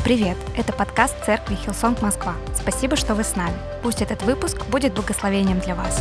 Привет! Это подкаст Церкви Хиллсонг Москва. Спасибо, что вы с нами. Пусть этот выпуск будет благословением для вас.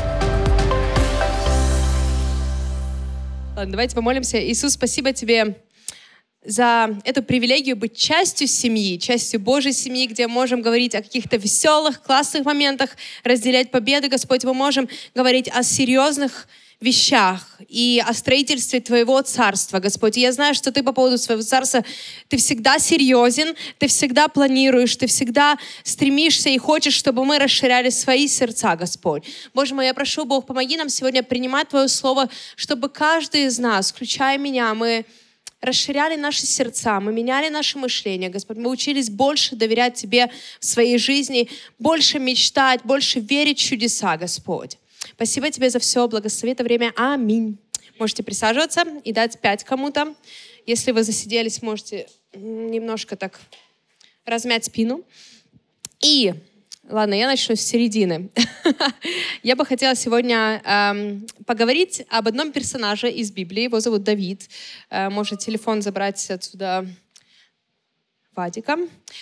Ладно, давайте помолимся. Иисус, спасибо Тебе за эту привилегию быть частью семьи, частью Божьей семьи, где мы можем говорить о каких-то веселых, классных моментах, разделять победы. Господь, мы можем говорить о серьезных вещах и о строительстве Твоего Царства, Господь. И я знаю, что Ты по поводу Своего Царства, Ты всегда серьезен, Ты всегда планируешь, Ты всегда стремишься и хочешь, чтобы мы расширяли свои сердца, Господь. Боже мой, я прошу, Бог, помоги нам сегодня принимать Твое Слово, чтобы каждый из нас, включая меня, мы расширяли наши сердца, мы меняли наше мышление, Господь. Мы учились больше доверять Тебе в своей жизни, больше мечтать, больше верить в чудеса, Господь. Спасибо Тебе за все. Благослови это время. Аминь. Можете присаживаться и дать 5 кому-то. Если вы засиделись, можете немножко так размять спину. И, ладно, я начну с середины. Я бы хотела сегодня поговорить об одном персонаже из Библии. Его зовут Давид. Можете телефон забрать отсюда Вадика.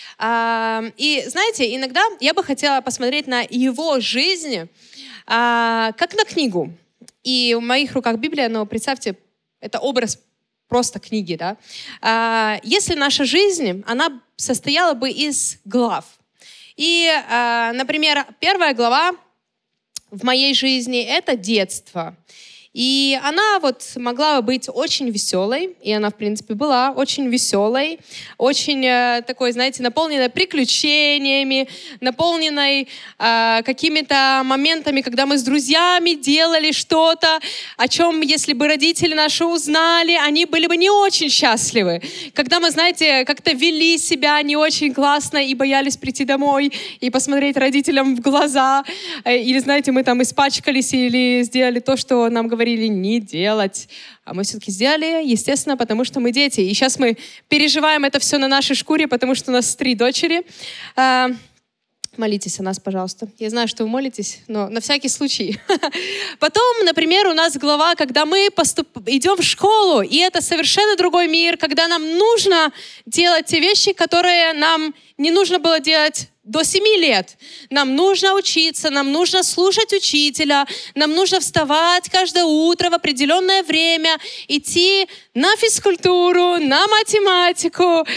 И, знаете, иногда я бы хотела посмотреть на его жизнь как на книгу. И в моих руках Библия, но представьте, это образ просто книги, да? Если наша жизнь, она состояла бы из глав. И, например, 1 глава в моей жизни — это детство. И она вот могла быть очень веселой, и она, в принципе, была очень веселой, очень такой, знаете, наполненной приключениями, наполненной какими-то моментами, когда мы с друзьями делали что-то, о чем, если бы родители наши узнали, они были бы не очень счастливы. Когда мы, знаете, как-то вели себя не очень классно и боялись прийти домой и посмотреть родителям в глаза, или, знаете, мы там испачкались или сделали то, что нам говорили не делать. А мы все-таки сделали, естественно, потому что мы дети. И сейчас мы переживаем это все на нашей шкуре, потому что у нас 3 дочери. Молитесь о нас, пожалуйста. Я знаю, что вы молитесь, но на всякий случай. Потом, например, у нас глава, когда мы идем в школу, и это совершенно другой мир, когда нам нужно делать те вещи, которые нам не нужно было делать до 7 лет. Нам нужно учиться, нам нужно слушать учителя, нам нужно вставать каждое утро в определенное время, идти на физкультуру, на математику.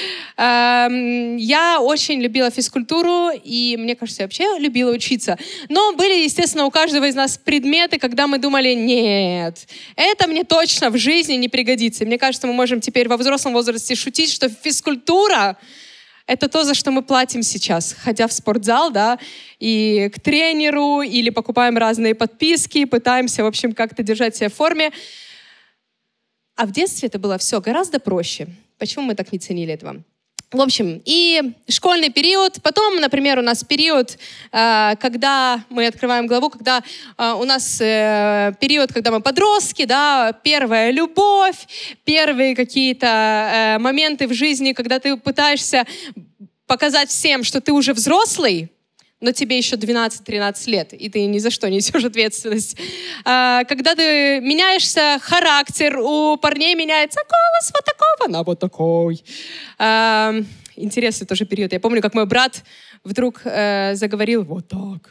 Я очень любила физкультуру, и мне кажется, я вообще любила учиться. Но были, естественно, у каждого из нас предметы, когда мы думали, нет, это мне точно в жизни не пригодится. И мне кажется, мы можем теперь во взрослом возрасте шутить, что физкультура — это то, за что мы платим сейчас, ходя в спортзал, да, и к тренеру, или покупаем разные подписки, пытаемся, в общем, как-то держать себя в форме. А в детстве это было все гораздо проще. Почему мы так не ценили этого? В общем, и школьный период, потом, например, у нас период, когда мы открываем главу, когда у нас период, когда мы подростки, да, первая любовь, первые какие-то моменты в жизни, когда ты пытаешься показать всем, что ты уже взрослый, но тебе еще 12-13 лет, и ты ни за что несешь ответственность. Когда ты меняешься, характер у парней меняется, голос вот такого на вот такой. Интересный тоже период. Я помню, как мой брат вдруг заговорил вот так.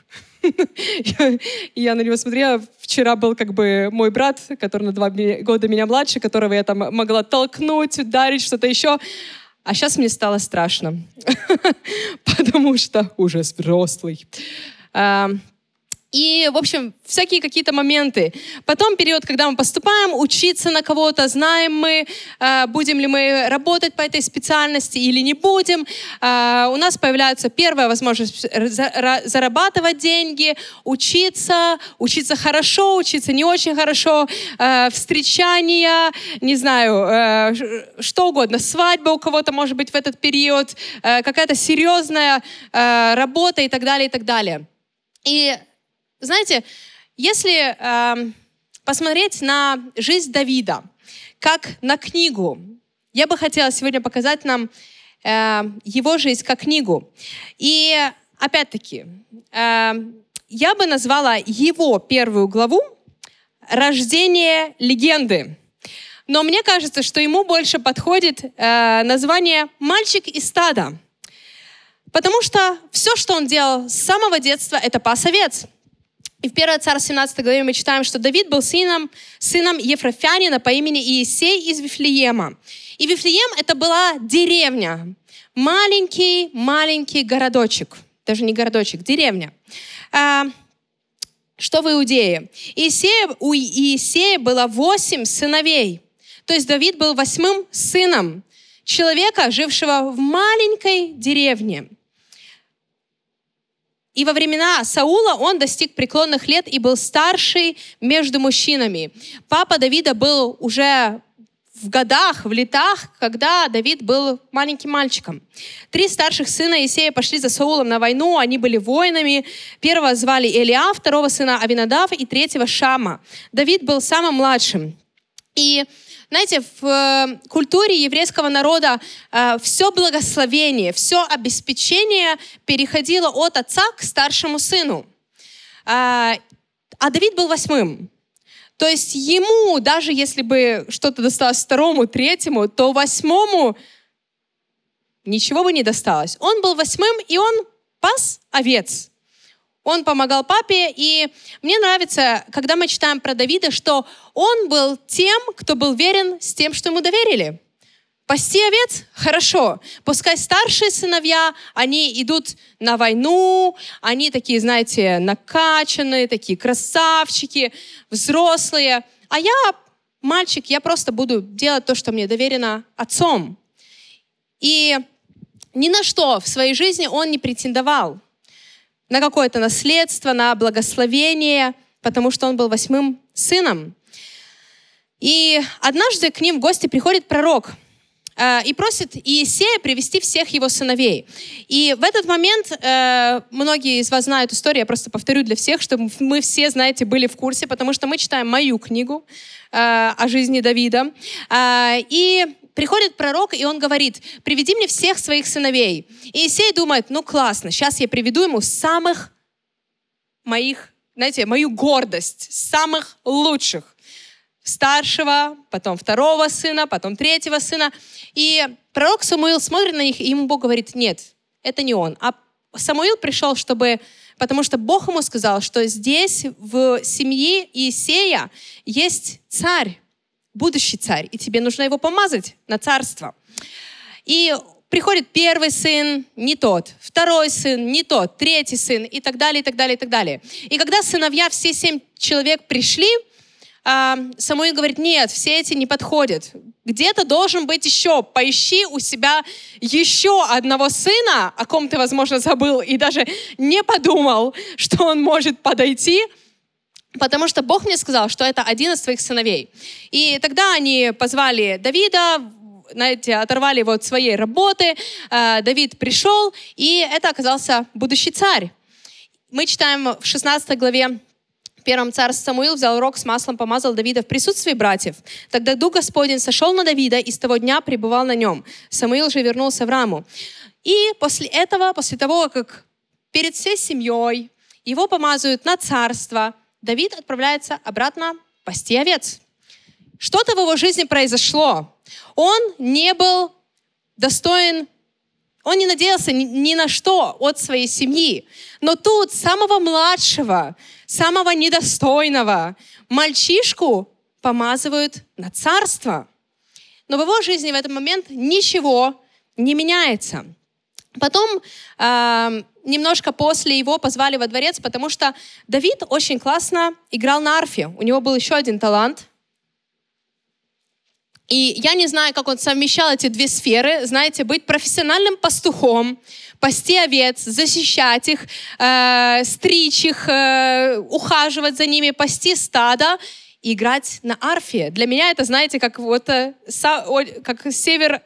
Я на него смотрела. Вчера был как бы мой брат, который на 2 года меня младше, которого я там могла толкнуть, ударить, что-то еще. А сейчас мне стало страшно, потому что уже взрослый. И, в общем, всякие какие-то моменты. Потом период, когда мы поступаем, учиться на кого-то, знаем мы, будем ли мы работать по этой специальности или не будем. У нас появляется первая возможность зарабатывать деньги, учиться хорошо, учиться не очень хорошо, встречания, не знаю, что угодно, свадьба у кого-то может быть в этот период, какая-то серьезная работа и так далее, и так далее. И знаете, если посмотреть на жизнь Давида, как на книгу, я бы хотела сегодня показать нам его жизнь как книгу. И опять-таки, я бы назвала его 1 главу «Рождение легенды». Но мне кажется, что ему больше подходит название «Мальчик из стада». Потому что все, что он делал с самого детства, это пас овец. И в 1 Царств 17 главе мы читаем, что Давид был сыном ефрафянина по имени Иессей из Вифлеема. И Вифлеем — это была деревня. Маленький городочек. Даже не городочек, деревня. Что в Иудее. У Иессея было 8 сыновей. То есть Давид был 8-м сыном человека, жившего в маленькой деревне. И во времена Саула он достиг преклонных лет и был старший между мужчинами. Папа Давида был уже в годах, в летах, когда Давид был маленьким мальчиком. 3 старших сына Иессея пошли за Саулом на войну, они были воинами. Первого звали Илиа, второго сына Авинадав и третьего Шама. Давид был самым младшим. И знаете, в культуре еврейского народа все благословение, все обеспечение переходило от отца к старшему сыну. А Давид был 8-м. То есть ему, даже если бы что-то досталось 2-му, 3-му, то 8-му ничего бы не досталось. Он был 8-м, и он пас овец. Он помогал папе, и мне нравится, когда мы читаем про Давида, что он был тем, кто был верен с тем, что ему доверили. Пасти овец? Хорошо. Пускай старшие сыновья, они идут на войну, они такие, знаете, накачанные, такие красавчики, взрослые. А я, мальчик, я просто буду делать то, что мне доверено отцом. И ни на что в своей жизни он не претендовал. На какое-то наследство, на благословение, потому что он был 8-м сыном. И однажды к ним в гости приходит пророк и просит Иессея привести всех его сыновей. И в этот момент, многие из вас знают историю, я просто повторю для всех, чтобы мы все, знаете, были в курсе, потому что мы читаем мою книгу о жизни Давида. И приходит пророк, и он говорит: приведи мне всех своих сыновей. И Иессей думает: ну классно, сейчас я приведу ему самых моих, знаете, мою гордость, самых лучших. Старшего, потом 2-го сына, потом 3-го сына. И пророк Самуил смотрит на них, и ему Бог говорит: нет, это не он. А Самуил пришел, потому что Бог ему сказал, что здесь в семье Иессея есть царь, будущий царь, и тебе нужно его помазать на царство. И приходит 1-й сын, не тот, 2-й сын, не тот, 3-й сын, и так далее, и так далее, и так далее. И когда сыновья, все 7 человек пришли, Самуил говорит: нет, все эти не подходят. Где-то должен быть еще. Поищи у себя еще одного сына, о ком ты, возможно, забыл и даже не подумал, что он может подойти, потому что Бог мне сказал, что это один из твоих сыновей. И тогда они позвали Давида, знаете, оторвали его от своей работы. Давид пришел, и это оказался будущий царь. Мы читаем в 16 главе 1 Царств: Самуил взял рог с маслом, помазал Давида в присутствии братьев. Тогда Дух Господень сошел на Давида, и с того дня пребывал на нем. Самуил же вернулся в Раму. И после этого, после того, как перед всей семьей его помазывают на царство, Давид отправляется обратно пасти овец. Что-то в его жизни произошло. Он не был достоин, он не надеялся ни на что от своей семьи. Но тут самого младшего, самого недостойного мальчишку помазывают на царство. Но в его жизни в этот момент ничего не меняется. Потом, немножко после его позвали во дворец, потому что Давид очень классно играл на арфе. У него был еще один талант. И я не знаю, как он совмещал эти 2 сферы. Знаете, быть профессиональным пастухом, пасти овец, защищать их, стричь их, ухаживать за ними, пасти стадо и играть на арфе. Для меня это, знаете, как как север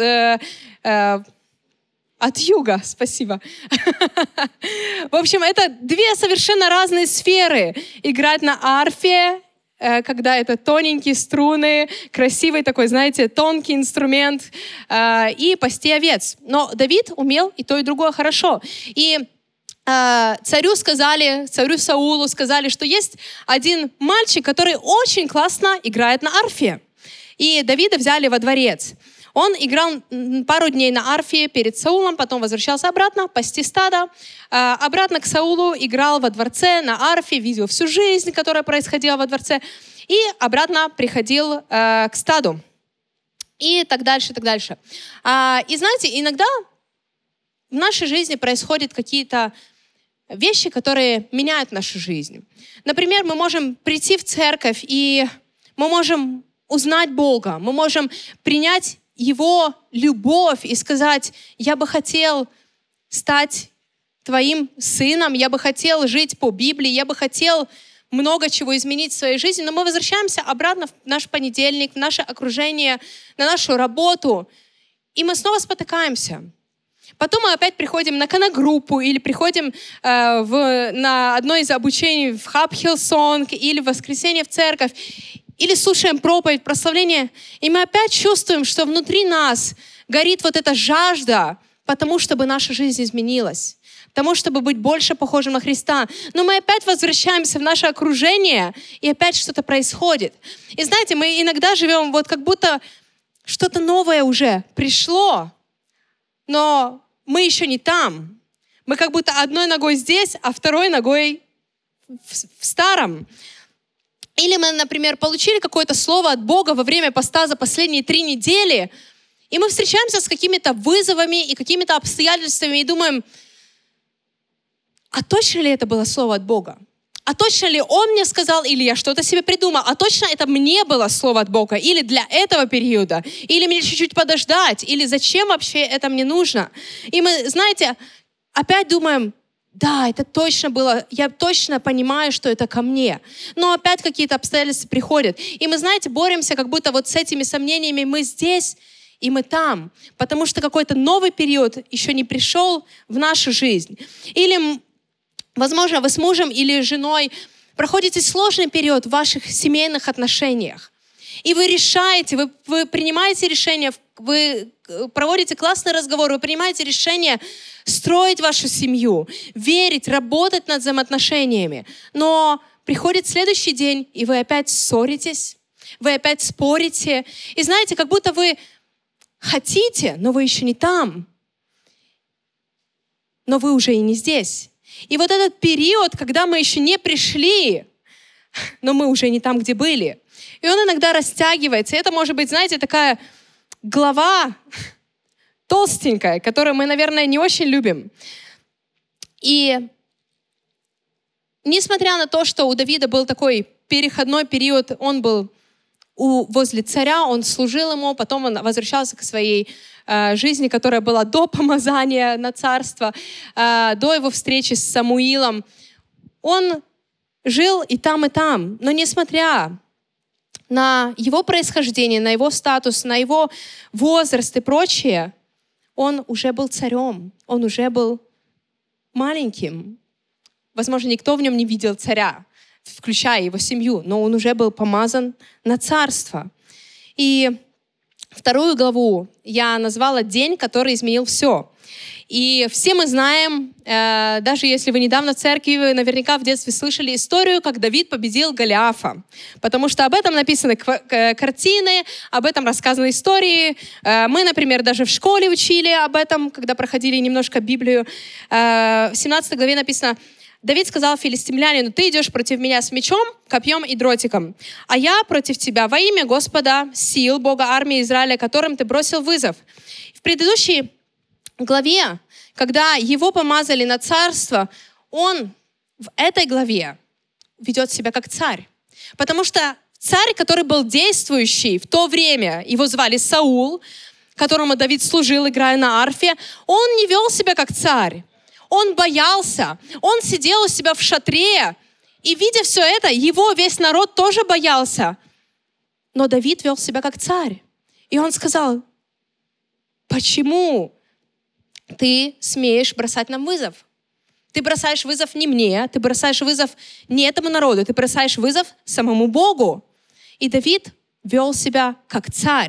от юга, спасибо. В общем, это 2 совершенно разные сферы. Играть на арфе, когда это тоненькие струны, красивый такой, знаете, тонкий инструмент, и пасти овец. Но Давид умел и то, и другое хорошо. И царю Саулу сказали, что есть один мальчик, который очень классно играет на арфе. И Давида взяли во дворец. Он играл пару дней на арфе перед Саулом, потом возвращался обратно, пасти стадо, обратно к Саулу, играл во дворце на арфе, видел всю жизнь, которая происходила во дворце, и обратно приходил к стаду. И так дальше, и так дальше. И знаете, иногда в нашей жизни происходят какие-то вещи, которые меняют нашу жизнь. Например, мы можем прийти в церковь, и мы можем узнать Бога, мы можем принять Его любовь и сказать: я бы хотел стать твоим сыном, я бы хотел жить по Библии, я бы хотел много чего изменить в своей жизни, но мы возвращаемся обратно в наш понедельник, в наше окружение, на нашу работу, и мы снова спотыкаемся. Потом мы опять приходим на конногруппу или приходим на одно из обучений в хаб Хиллсонг или в воскресенье в церковь, или слушаем проповедь, прославление, и мы опять чувствуем, что внутри нас горит вот эта жажда, потому чтобы наша жизнь изменилась, тому, чтобы быть больше похожим на Христа. Но мы опять возвращаемся в наше окружение, и опять что-то происходит. И знаете, мы иногда живем вот как будто что-то новое уже пришло, но мы еще не там. Мы как будто одной ногой здесь, а второй ногой в старом. Или мы, например, получили какое-то слово от Бога во время поста за последние 3 недели, и мы встречаемся с какими-то вызовами и какими-то обстоятельствами и думаем: а точно ли это было слово от Бога? А точно ли Он мне сказал, или я что-то себе придумал? А точно это мне было слово от Бога? Или для этого периода? Или мне чуть-чуть подождать? Или зачем вообще это мне нужно? И мы, знаете, опять думаем: да, это точно было, я точно понимаю, что это ко мне. Но опять какие-то обстоятельства приходят. И мы, знаете, боремся как будто вот с этими сомнениями: мы здесь и мы там. Потому что какой-то новый период еще не пришел в нашу жизнь. Или, возможно, вы с мужем или женой проходите сложный период в ваших семейных отношениях. И вы решаете, вы принимаете решение, вы проводите классный разговор, вы принимаете решение строить вашу семью, верить, работать над взаимоотношениями. Но приходит следующий день, и вы опять ссоритесь, вы опять спорите. И знаете, как будто вы хотите, но вы еще не там. Но вы уже и не здесь. И вот этот период, когда мы еще не пришли, но мы уже не там, где были. И он иногда растягивается. И это может быть, знаете, такая глава толстенькая, которую мы, наверное, не очень любим. И несмотря на то, что у Давида был такой переходной период, он был возле царя, он служил ему, потом он возвращался к своей жизни, которая была до помазания на царство, до его встречи с Самуилом. Он жил и там, но несмотря на его происхождение, на его статус, на его возраст и прочее, он уже был царем, он уже был маленьким. Возможно, никто в нем не видел царя, включая его семью, но он уже был помазан на царство. И 2 главу я назвала «День, который изменил все». И все мы знаем, даже если вы недавно в церкви, вы наверняка в детстве слышали историю, как Давид победил Голиафа. Потому что об этом написаны картины, об этом рассказаны истории. Мы, например, даже в школе учили об этом, когда проходили немножко Библию. В 17 главе написано: Давид сказал филистимлянину: ты идешь против меня с мечом, копьем и дротиком, а я против тебя во имя Господа сил, Бога армии Израиля, которым ты бросил вызов. В предыдущей главе, когда его помазали на царство, он в этой главе ведет себя как царь. Потому что царь, который был действующий в то время, его звали Саул, которому Давид служил, играя на арфе, он не вел себя как царь. Он боялся, он сидел у себя в шатре, и, видя все это, его весь народ тоже боялся. Но Давид вел себя как царь. И он сказал: почему ты смеешь бросать нам вызов? Ты бросаешь вызов не мне, ты бросаешь вызов не этому народу, ты бросаешь вызов самому Богу. И Давид вел себя как царь.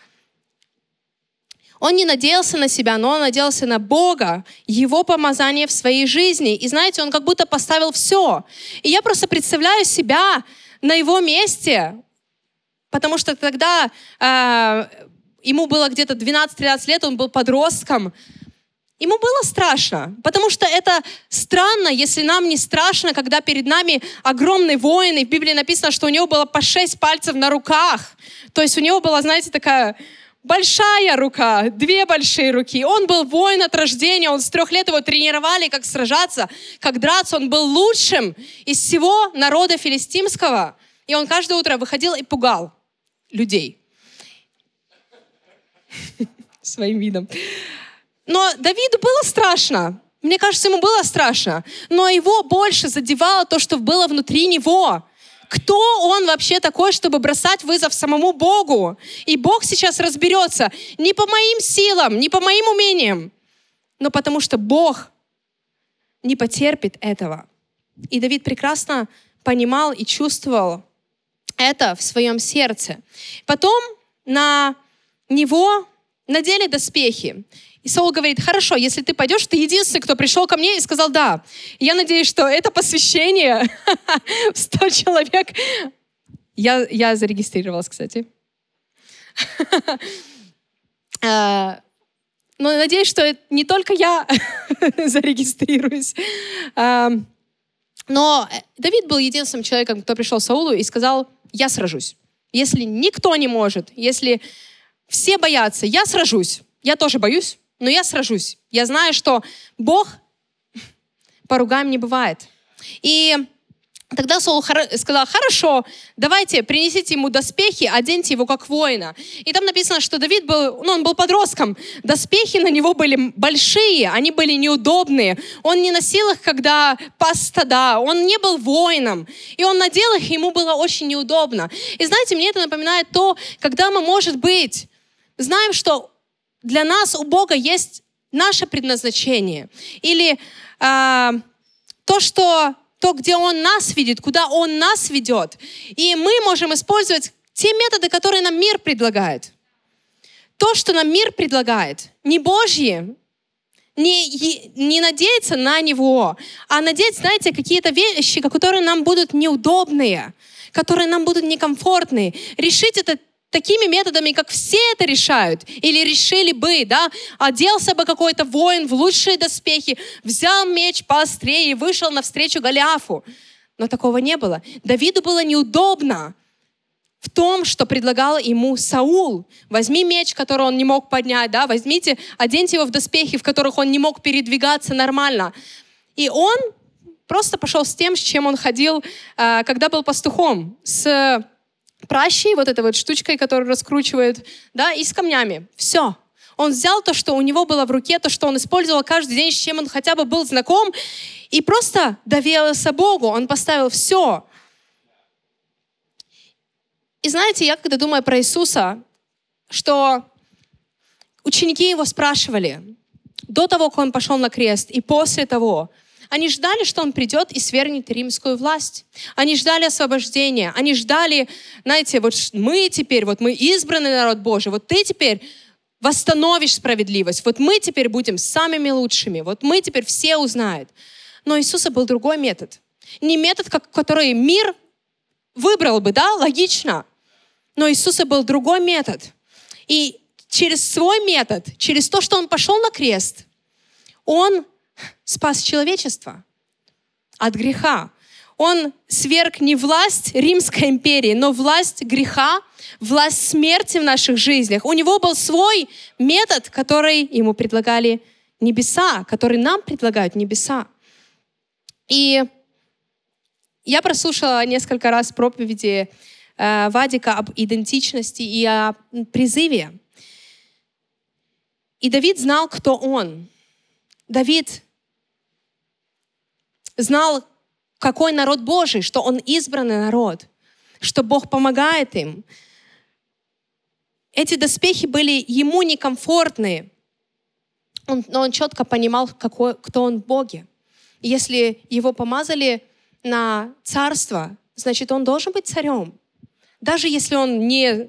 Он не надеялся на себя, но он надеялся на Бога, Его помазание в своей жизни. И знаете, он как будто поставил все. И я просто представляю себя на его месте, потому что тогда ему было где-то 12-13 лет, он был подростком. Ему было страшно, потому что это странно, если нам не страшно, когда перед нами огромный воин, и в Библии написано, что у него было по 6 пальцев на руках. То есть у него была, знаете, такая большая рука, 2 большие руки. Он был воин от рождения, он с 3 лет его тренировали, как сражаться, как драться. Он был лучшим из всего народа филистимского. И он каждое утро выходил и пугал людей своим видом. Но Давиду было страшно. Мне кажется, ему было страшно. Но его больше задевало то, что было внутри него. Кто он вообще такой, чтобы бросать вызов самому Богу? И Бог сейчас разберется не по моим силам, не по моим умениям, но потому что Бог не потерпит этого. И Давид прекрасно понимал и чувствовал это в своем сердце. Потом на него надели доспехи. И Саул говорит: хорошо, если ты пойдешь, ты единственный, кто пришел ко мне и сказал да. И я надеюсь, что это посвящение в 100 человек. Я зарегистрировалась, кстати. Но надеюсь, что не только я зарегистрируюсь. Но Давид был единственным человеком, кто пришел к Саулу и сказал: я сражусь. Если никто не может, если все боятся, я сражусь. Я тоже боюсь, но я сражусь. Я знаю, что Бог поругаем не бывает. И тогда Саул сказал: хорошо, давайте принесите ему доспехи, оденьте его как воина. И там написано, что Давид был, он был подростком. Доспехи на него были большие, они были неудобные. Он не носил их, когда пас стада. Он не был воином. И он надел их, и ему было очень неудобно. И знаете, мне это напоминает то, когда мы, может быть, знаем, что для нас у Бога есть наше предназначение. Или то, где Он нас видит, куда Он нас ведет. И мы можем использовать те методы, которые нам мир предлагает. То, что нам мир предлагает, не Божьи, не надеяться на Него, а надеть, знаете, какие-то вещи, которые нам будут неудобные, которые нам будут некомфортные. Решить это такими методами, как все это решают, или решили бы, да, оделся бы какой-то воин в лучшие доспехи, взял меч поострее и вышел навстречу Голиафу. Но такого не было. Давиду было неудобно в том, что предлагал ему Саул. Возьми меч, который он не мог поднять, да, возьмите, оденьте его в доспехи, в которых он не мог передвигаться нормально. И он просто пошел с тем, с чем он ходил, когда был пастухом, с пращей, вот этой вот штучкой, которую раскручивают, да, и с камнями. Все. Он взял то, что у него было в руке, то, что он использовал каждый день, с чем он хотя бы был знаком, и просто доверился Богу. Он поставил все. И знаете, я когда думаю про Иисуса, что ученики его спрашивали до того, как он пошел на крест, и после того, они ждали, что он придет и свергнет римскую власть. Они ждали освобождения. Они ждали, знаете, вот мы теперь, вот мы избранный народ Божий, вот ты теперь восстановишь справедливость. Вот мы теперь будем самыми лучшими. Вот мы теперь все узнают. Но у Иисуса был другой метод. Не метод, который мир выбрал бы, да, логично. Но у Иисуса был другой метод. И через свой метод, через то, что он пошел на крест, он спас человечество от греха. Он сверг не власть Римской империи, но власть греха, власть смерти в наших жизнях. У него был свой метод, который ему предлагали небеса, который нам предлагают небеса. И я прослушала несколько раз проповеди Вадика об идентичности и о призыве. И Давид знал, кто он. Давид знал, какой народ Божий, что он избранный народ, что Бог помогает им. Эти доспехи были ему некомфортные, но он четко понимал, кто он в Боге. И если его помазали на царство, значит, он должен быть царем. Даже если он не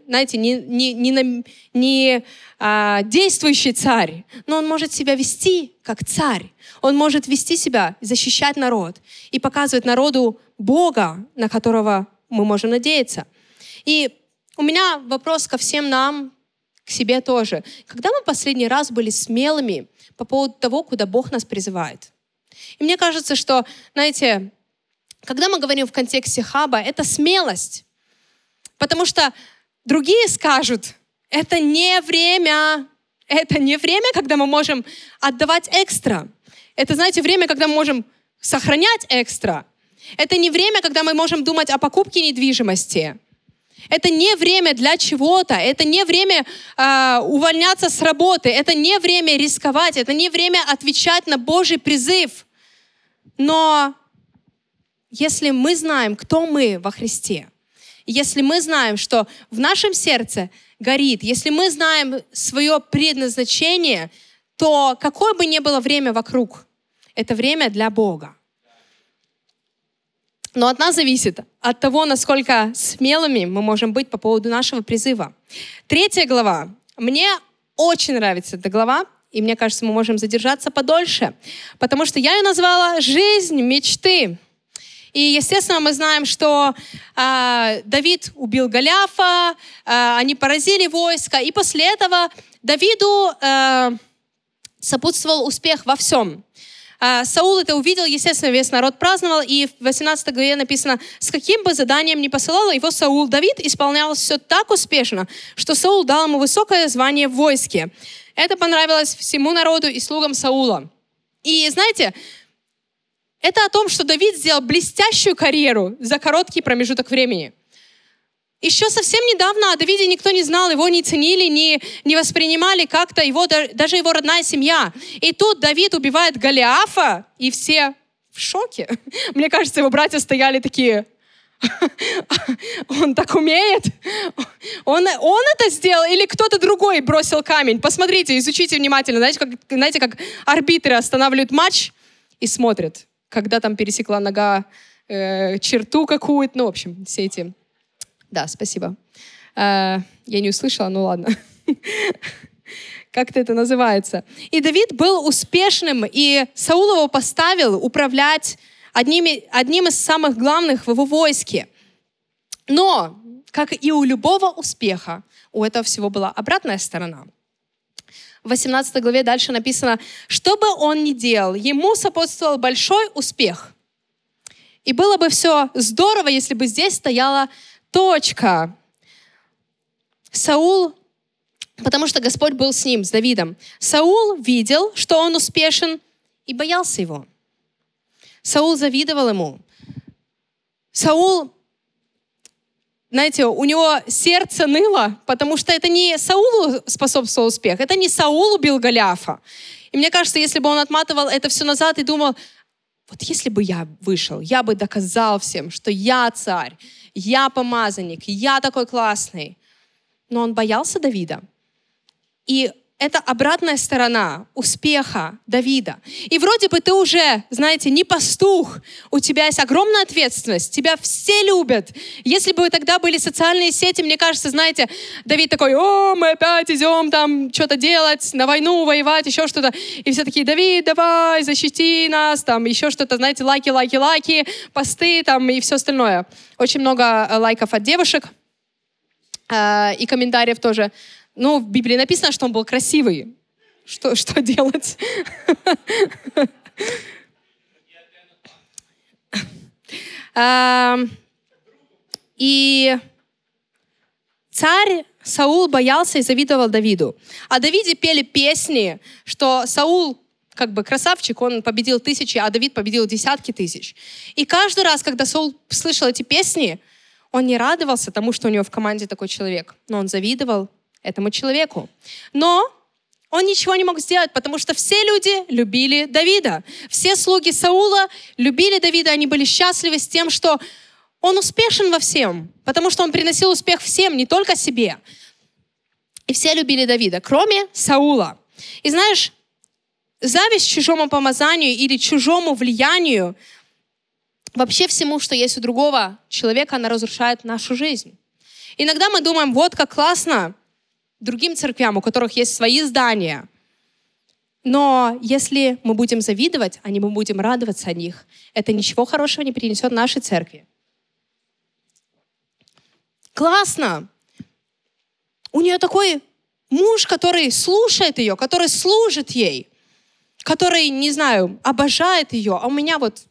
действующий царь, но он может себя вести как царь. Он может вести себя, защищать народ и показывать народу Бога, на которого мы можем надеяться. И у меня вопрос ко всем нам, к себе тоже. Когда мы последний раз были смелыми по поводу того, куда Бог нас призывает? И мне кажется, что, знаете, когда мы говорим в контексте хаба, это смелость. Потому что другие скажут, это не время, когда мы можем отдавать экстра. Это, знаете, время, когда мы можем сохранять экстра. Это не время, когда мы можем думать о покупке недвижимости. Это не время для чего-то. Это не время увольняться с работы. Это не время рисковать. Это не время отвечать на Божий призыв. Но если мы знаем, кто мы во Христе, если мы знаем, что в нашем сердце горит, если мы знаем свое предназначение, то какое бы ни было время вокруг, это время для Бога. Но от нас зависит, от того, насколько смелыми мы можем быть по поводу нашего призыва. 3 глава. Мне очень нравится эта глава, и мне кажется, мы можем задержаться подольше, потому что я ее назвала «Жизнь мечты». И, естественно, мы знаем, что Давид убил Голиафа, они поразили войско, и после этого Давиду сопутствовал успех во всем. Саул это увидел, естественно, весь народ праздновал, и в 18 главе написано, с каким бы заданием ни посылал его Саул, Давид исполнял все так успешно, что Саул дал ему высокое звание в войске. Это понравилось всему народу и слугам Саула. И знаете, это о том, что Давид сделал блестящую карьеру за короткий промежуток времени. Еще совсем недавно о Давиде никто не знал, его не ценили, не воспринимали как-то, даже его родная семья. И тут Давид убивает Голиафа, и все в шоке. Мне кажется, его братья стояли такие, он так умеет? Он это сделал или кто-то другой бросил камень? Посмотрите, изучите внимательно. Знаете, как арбитры останавливают матч и смотрят, когда там пересекла нога черту какую-то. Ну, в общем, все эти... Да, спасибо. Я не услышала, ну ладно. Как-то это называется. И Давид был успешным, и Саул его поставил управлять одним из самых главных в его войске. Но, как и у любого успеха, у этого всего была обратная сторона. В 18 главе дальше написано, что бы он ни делал, ему сопутствовал большой успех. И было бы все здорово, если бы здесь стояла точка. Саул, потому что Господь был с ним, с Давидом. Саул видел, что он успешен, и боялся его. Саул завидовал ему. Саул, знаете, у него сердце ныло, потому что это не Саулу способствовал успех, это не Саул убил Голиафа. И мне кажется, если бы он отматывал это все назад и думал, вот если бы я вышел, я бы доказал всем, что я царь, я помазанник, я такой классный. Но он боялся Давида. И это обратная сторона успеха Давида. И вроде бы ты уже, знаете, не пастух, у тебя есть огромная ответственность, тебя все любят. Если бы тогда были социальные сети, мне кажется, знаете, Давид такой, мы опять идем там что-то делать, на войну воевать, еще что-то. И все такие, Давид, давай, защити нас, там еще что-то, знаете, лайки, посты там и все остальное. Очень много лайков от девушек и комментариев тоже. Ну, в Библии написано, что он был красивый. Что делать? И царь Саул боялся и завидовал Давиду. О Давиде пели песни, что Саул как бы красавчик, он победил тысячи, а Давид победил десятки тысяч. И каждый раз, когда Саул слышал эти песни, он не радовался тому, что у него в команде такой человек, но он завидовал этому человеку. Но он ничего не мог сделать, потому что все люди любили Давида. Все слуги Саула любили Давида, они были счастливы с тем, что он успешен во всем, потому что он приносил успех всем, не только себе. И все любили Давида, кроме Саула. И знаешь, зависть чужому помазанию или чужому влиянию, вообще всему, что есть у другого человека, она разрушает нашу жизнь. Иногда мы думаем, вот как классно другим церквям, у которых есть свои здания. Но если мы будем завидовать, а не мы будем радоваться о них, это ничего хорошего не принесет нашей церкви. Классно! У нее такой муж, который слушает ее, который служит ей, который, не знаю, обожает ее, а у меня вот...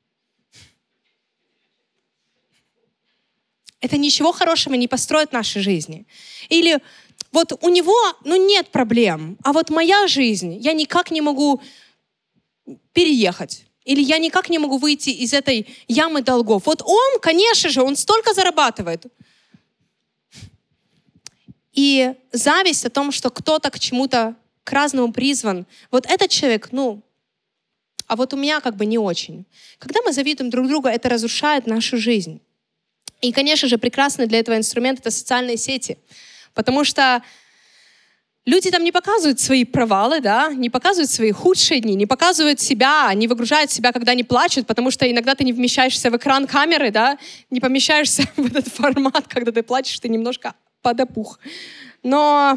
Это ничего хорошего не построит в нашей жизни. Или вот у него, нет проблем, а вот моя жизнь, я никак не могу переехать. Или я никак не могу выйти из этой ямы долгов. Вот он, конечно же, он столько зарабатывает. И зависть о том, что кто-то к чему-то, к разному призван. Вот этот человек, а вот у меня как бы не очень. Когда мы завидуем друг другу, это разрушает нашу жизнь. И, конечно же, прекрасный для этого инструмент — это социальные сети. Потому что люди там не показывают свои провалы, да, не показывают свои худшие дни, не показывают себя, не выгружают себя, когда они плачут, потому что иногда ты не вмещаешься в экран камеры, да, не помещаешься в этот формат, когда ты плачешь, ты немножко подопух. Но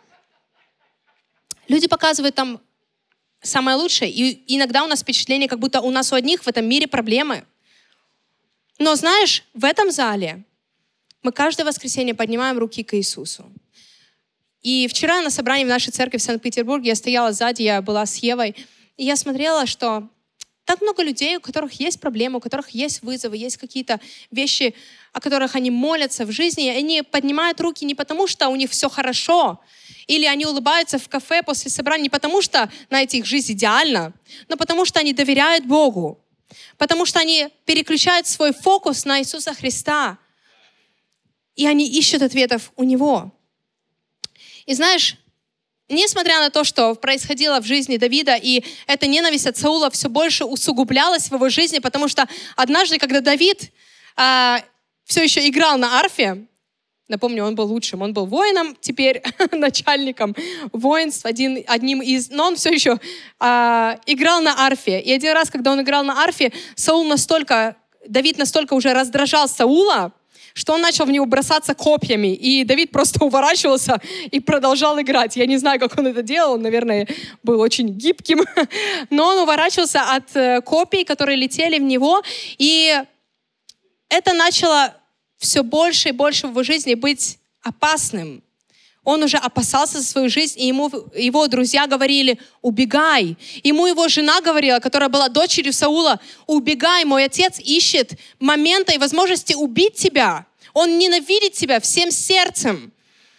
люди показывают там самое лучшее. И иногда у нас впечатление, как будто у нас у одних в этом мире проблемы. Но знаешь, в этом зале мы каждое воскресенье поднимаем руки к Иисусу. И вчера на собрании в нашей церкви в Санкт-Петербурге я стояла сзади, я была с Евой, и я смотрела, что так много людей, у которых есть проблемы, у которых есть вызовы, есть какие-то вещи, о которых они молятся в жизни, и они поднимают руки не потому, что у них все хорошо, или они улыбаются в кафе после собрания не потому, что, знаете, их жизнь идеальна, но потому, что они доверяют Богу, потому что они переключают свой фокус на Иисуса Христа, и они ищут ответов у Него. И знаешь, несмотря на то, что происходило в жизни Давида, и эта ненависть от Саула все больше усугублялась в его жизни, потому что однажды, когда Давид все еще играл на арфе, напомню, он был лучшим, он был воином, теперь начальником воинств, одним из, но он все еще играл на арфе. И один раз, когда он играл на арфе, Давид настолько уже раздражал Саула, что он начал в него бросаться копьями, и Давид просто уворачивался и продолжал играть. Я не знаю, как он это делал, он, наверное, был очень гибким, но он уворачивался от копий, которые летели в него, и это начало все больше и больше в его жизни быть опасным. Он уже опасался за свою жизнь, и его друзья говорили: убегай. Ему его жена говорила, которая была дочерью Саула: убегай, мой отец ищет момента и возможности убить тебя. Он ненавидит тебя всем сердцем.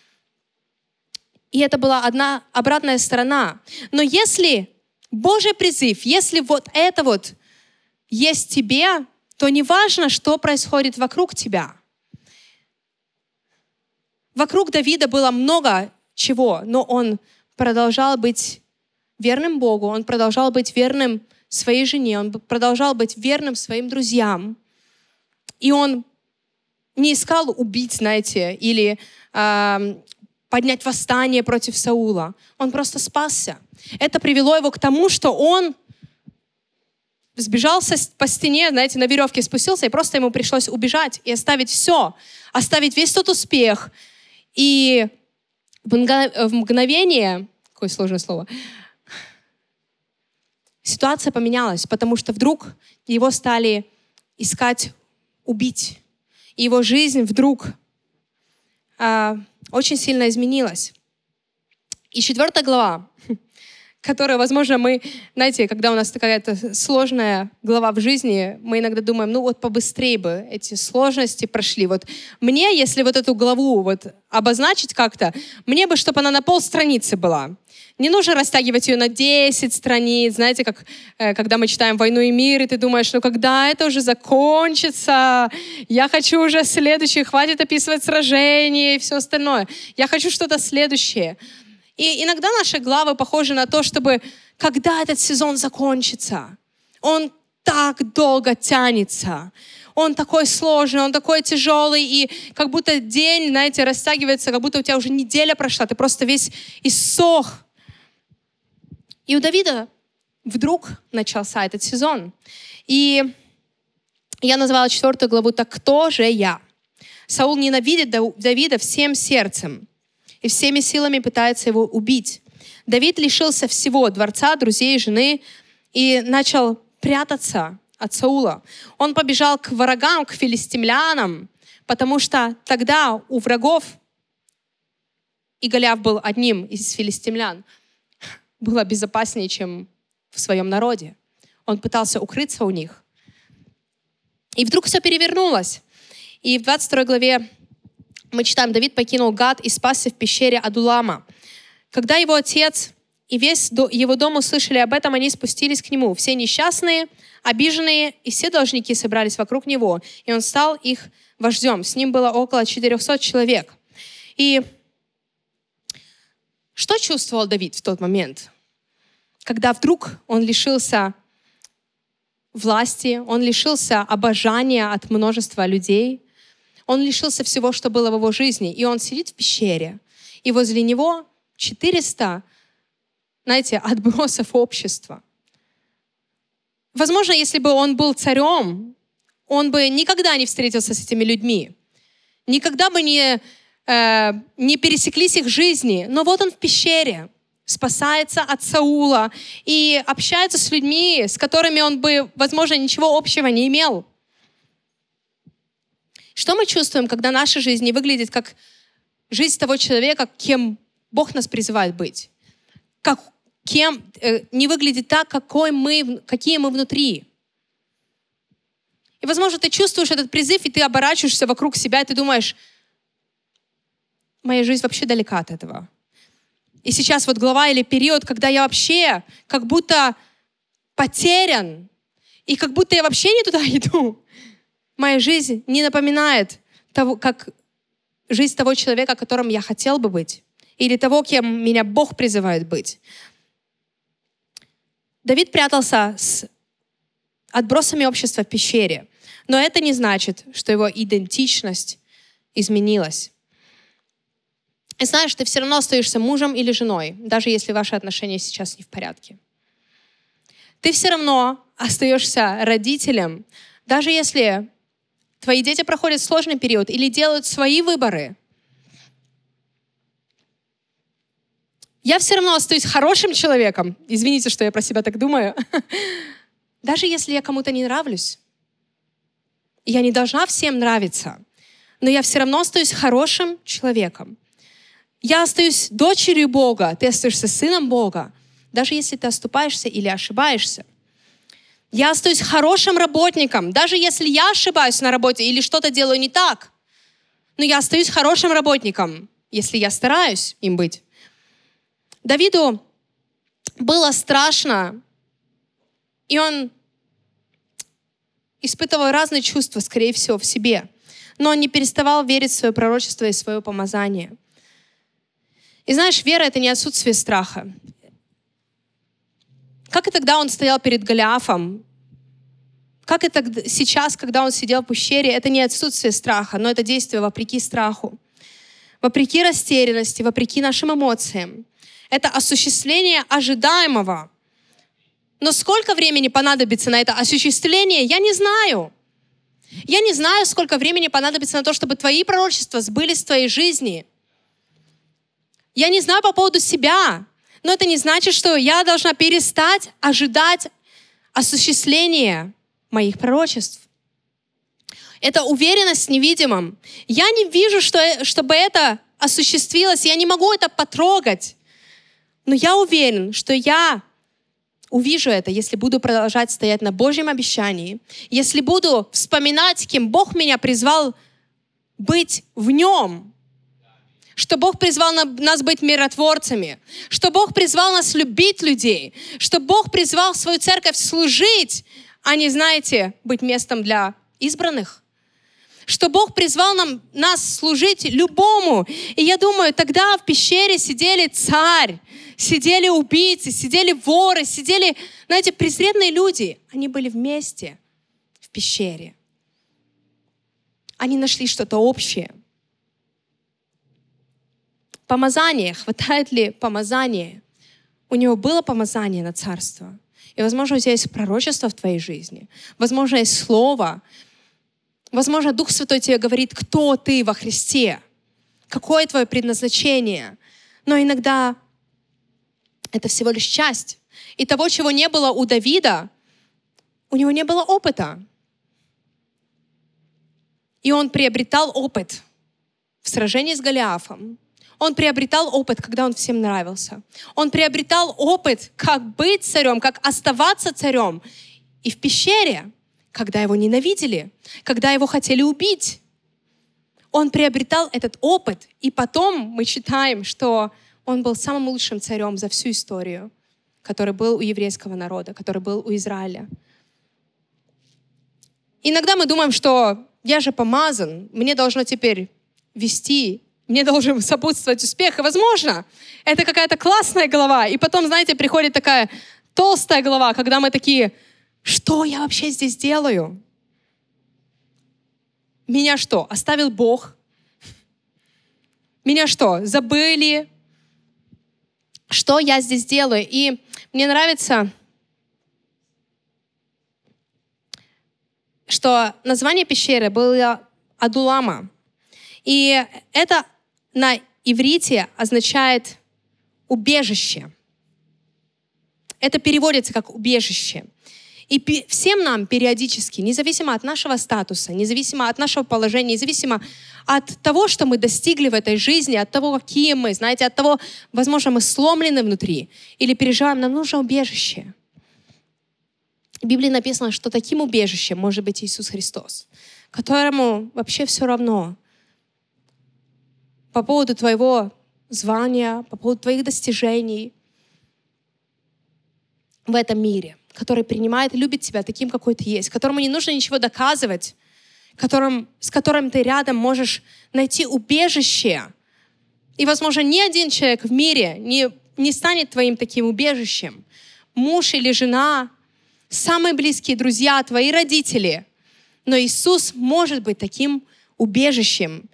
И это была одна обратная сторона. Но если Божий призыв, если вот это вот есть в тебе, то не важно, что происходит вокруг тебя. Вокруг Давида было много чего, но он продолжал быть верным Богу, он продолжал быть верным своей жене, он продолжал быть верным своим друзьям. И он не искал убить, знаете, или поднять восстание против Саула. Он просто спасся. Это привело его к тому, что он сбежал по стене, знаете, на веревке спустился, и просто ему пришлось убежать и оставить все, оставить весь тот успех. И в мгновение, какое сложное слово, ситуация поменялась, потому что вдруг его стали искать убить. И его жизнь вдруг очень сильно изменилась. И 4 глава, которая, возможно, мы, знаете, когда у нас какая-то сложная глава в жизни, мы иногда думаем, побыстрее бы эти сложности прошли. Вот мне, если вот эту главу обозначить как-то, мне бы, чтобы она на полстраницы была. Не нужно растягивать ее на 10 страниц, знаете, как когда мы читаем «Войну и мир», и ты думаешь, когда это уже закончится, я хочу уже следующее, хватит описывать сражения и все остальное. Я хочу что-то следующее. И иногда наши главы похожи на то, чтобы когда этот сезон закончится. Он так долго тянется. Он такой сложный, он такой тяжелый, и как будто день, знаете, растягивается, как будто у тебя уже неделя прошла, ты просто весь иссох. И у Давида вдруг начался этот сезон. И я назвала 4 главу «Так кто же я?». Саул ненавидит Давида всем сердцем и всеми силами пытается его убить. Давид лишился всего: дворца, друзей, жены, и начал прятаться от Саула. Он побежал к врагам, к филистимлянам, потому что тогда у врагов и Голиаф был одним из филистимлян, было безопаснее, чем в своем народе. Он пытался укрыться у них. И вдруг все перевернулось. И в 22 главе мы читаем, Давид покинул Гат и спасся в пещере Адулама. Когда его отец и весь его дом услышали об этом, они спустились к нему. Все несчастные, обиженные, и все должники собрались вокруг него. И он стал их вождем. С ним было около 400 человек. И что чувствовал Давид в тот момент? Когда вдруг он лишился власти, он лишился обожания от множества людей, он лишился всего, что было в его жизни, и он сидит в пещере, и возле него 400, знаете, отбросов общества. Возможно, если бы он был царем, он бы никогда не встретился с этими людьми, никогда бы не пересеклись их жизни, но вот он в пещере, спасается от Саула и общается с людьми, с которыми он бы, возможно, ничего общего не имел. Что мы чувствуем, когда наша жизнь не выглядит как жизнь того человека, кем Бог нас призывает быть? Не выглядит так, какие мы внутри? И, возможно, ты чувствуешь этот призыв, и ты оборачиваешься вокруг себя, и ты думаешь, моя жизнь вообще далека от этого. И сейчас вот глава или период, когда я вообще как будто потерян, и как будто я вообще не туда иду. Моя жизнь не напоминает того, как жизнь того человека, которым я хотел бы быть, или того, кем меня Бог призывает быть. Давид прятался с отбросами общества в пещере, но это не значит, что его идентичность изменилась. И знаешь, ты все равно остаешься мужем или женой, даже если ваши отношения сейчас не в порядке. Ты все равно остаешься родителем, даже если твои дети проходят сложный период или делают свои выборы. Я все равно остаюсь хорошим человеком. Извините, что я про себя так думаю. Даже если я кому-то не нравлюсь. Я не должна всем нравиться. Но я все равно остаюсь хорошим человеком. Я остаюсь дочерью Бога, ты остаешься сыном Бога, даже если ты оступаешься или ошибаешься. Я остаюсь хорошим работником, даже если я ошибаюсь на работе или что-то делаю не так. Но я остаюсь хорошим работником, если я стараюсь им быть. Давиду было страшно, и он испытывал разные чувства, скорее всего, в себе. Но он не переставал верить в свое пророчество и свое помазание. И знаешь, вера — это не отсутствие страха. Как и тогда он стоял перед Голиафом, как и сейчас, когда он сидел в пещере, это не отсутствие страха, но это действие вопреки страху, вопреки растерянности, вопреки нашим эмоциям. Это осуществление ожидаемого. Но сколько времени понадобится на это осуществление, я не знаю. Я не знаю, сколько времени понадобится на то, чтобы твои пророчества сбылись в твоей жизни. Я не знаю по поводу себя, но это не значит, что я должна перестать ожидать осуществления моих пророчеств. Это уверенность в невидимом. Я не вижу, чтобы это осуществилось, я не могу это потрогать. Но я уверен, что я увижу это, если буду продолжать стоять на Божьем обещании, если буду вспоминать, кем Бог меня призвал быть в Нем, что Бог призвал нас быть миротворцами, что Бог призвал нас любить людей, что Бог призвал свою церковь служить, а не, знаете, быть местом для избранных. Что Бог призвал нас служить любому. И я думаю, тогда в пещере сидели царь, сидели убийцы, сидели воры, сидели, знаете, презренные люди. Они были вместе в пещере. Они нашли что-то общее. Помазание. Хватает ли помазания? У него было помазание на царство. И, возможно, у тебя есть пророчество в твоей жизни. Возможно, есть слово. Возможно, Дух Святой тебе говорит, кто ты во Христе. Какое твое предназначение. Но иногда это всего лишь часть. И того, чего не было у Давида, у него не было опыта. И он приобретал опыт в сражении с Голиафом. Он приобретал опыт, когда он всем нравился. Он приобретал опыт, как быть царем, как оставаться царем. И в пещере, когда его ненавидели, когда его хотели убить, он приобретал этот опыт. И потом мы читаем, что он был самым лучшим царем за всю историю, который был у еврейского народа, который был у Израиля. Иногда мы думаем, что я же помазан, мне должно теперь вести, мне должен сопутствовать успех. И, возможно, это какая-то классная глава. И потом, знаете, приходит такая толстая глава, когда мы такие: что я вообще здесь делаю? Меня что, оставил Бог? Меня что, забыли? Что я здесь делаю? И мне нравится, что название пещеры было Адулама. И это на иврите означает убежище. Это переводится как убежище. И всем нам периодически, независимо от нашего статуса, независимо от нашего положения, независимо от того, что мы достигли в этой жизни, от того, какие мы, знаете, от того, возможно, мы сломлены внутри или переживаем, нам нужно убежище. В Библии написано, что таким убежищем может быть Иисус Христос, которому вообще все равно по поводу твоего звания, по поводу твоих достижений в этом мире, который принимает и любит тебя таким, какой ты есть, которому не нужно ничего доказывать, с которым ты рядом можешь найти убежище. И, возможно, ни один человек в мире не станет твоим таким убежищем. Муж или жена, самые близкие друзья, твои родители. Но Иисус может быть таким убежищем.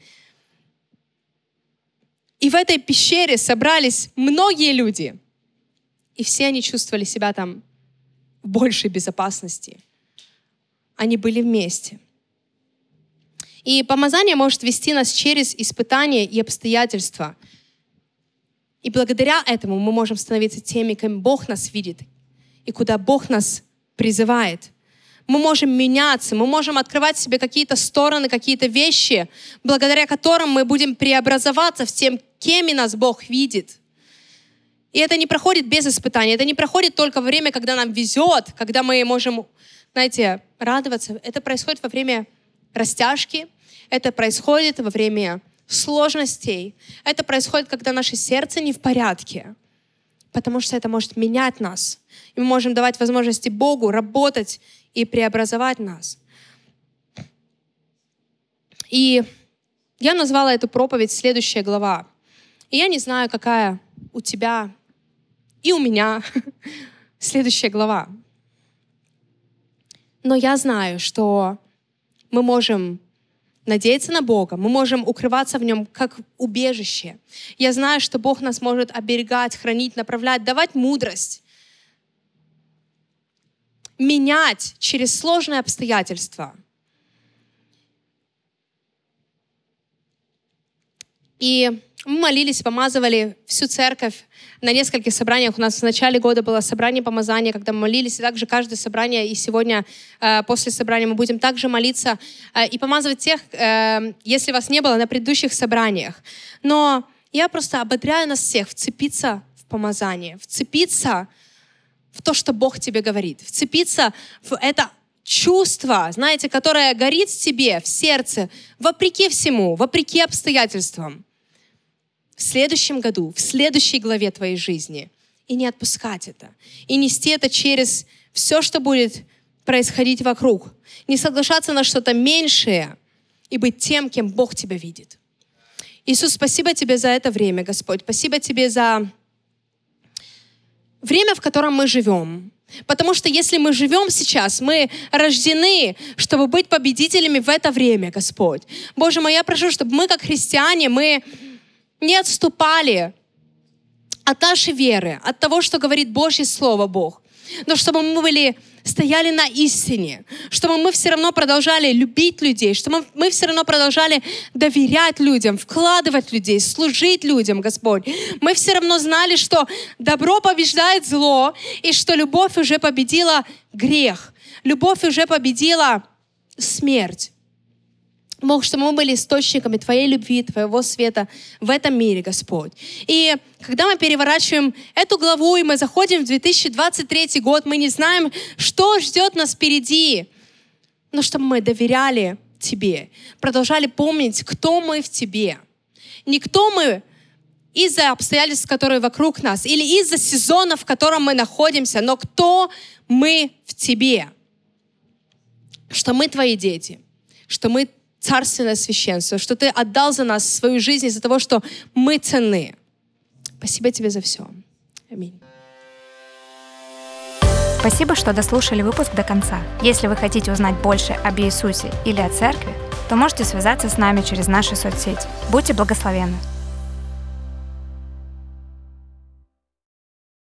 И в этой пещере собрались многие люди. И все они чувствовали себя там в большей безопасности. Они были вместе. И помазание может вести нас через испытания и обстоятельства. И благодаря этому мы можем становиться теми, кем Бог нас видит и куда Бог нас призывает. Мы можем меняться, мы можем открывать в себе какие-то стороны, какие-то вещи, благодаря которым мы будем преобразоваться в тем, кем нас Бог видит. И это не проходит без испытаний, это не проходит только во время, когда нам везет, когда мы можем, знаете, радоваться. Это происходит во время растяжки, это происходит во время сложностей, это происходит, когда наше сердце не в порядке, потому что это может менять нас. И мы можем давать возможности Богу работать и преобразовать нас. И я назвала эту проповедь «Следующая глава». И я не знаю, какая у тебя и у меня следующая глава. Но я знаю, что мы можем надеяться на Бога, мы можем укрываться в Нем как убежище. Я знаю, что Бог нас может оберегать, хранить, направлять, давать мудрость, менять через сложные обстоятельства. И мы молились, помазывали всю церковь на нескольких собраниях. У нас в начале года было собрание помазания, когда мы молились, и также каждое собрание, и сегодня после собрания мы будем также молиться и помазывать тех, если вас не было на предыдущих собраниях. Но я просто ободряю нас всех вцепиться в помазание, вцепиться в то, что Бог тебе говорит, вцепиться в это чувство, знаете, которое горит в тебе, в сердце, вопреки всему, вопреки обстоятельствам. В следующем году, в следующей главе твоей жизни. И не отпускать это. И нести это через все, что будет происходить вокруг. Не соглашаться на что-то меньшее и быть тем, кем Бог тебя видит. Иисус, спасибо тебе за это время, Господь. Спасибо тебе за время, в котором мы живем. Потому что если мы живем сейчас, мы рождены, чтобы быть победителями в это время, Господь. Боже мой, я прошу, чтобы мы, как христиане, мы не отступали от нашей веры, от того, что говорит Божье Слово, Бог. Но чтобы мы стояли на истине, чтобы мы все равно продолжали любить людей, чтобы мы все равно продолжали доверять людям, вкладывать в людей, служить людям, Господь. Мы все равно знали, что добро побеждает зло, и что любовь уже победила грех, любовь уже победила смерть. Бог, чтобы мы были источниками Твоей любви, Твоего света в этом мире, Господь. И когда мы переворачиваем эту главу, и мы заходим в 2023 год, мы не знаем, что ждет нас впереди, но чтобы мы доверяли Тебе, продолжали помнить, кто мы в Тебе. Не кто мы из-за обстоятельств, которые вокруг нас, или из-за сезона, в котором мы находимся, но кто мы в Тебе. Что мы Твои дети, что мы царственное священство, что Ты отдал за нас свою жизнь из-за того, что мы ценны. Спасибо Тебе за все. Аминь. Спасибо, что дослушали выпуск до конца. Если вы хотите узнать больше об Иисусе или о церкви, то можете связаться с нами через наши соцсети. Будьте благословенны!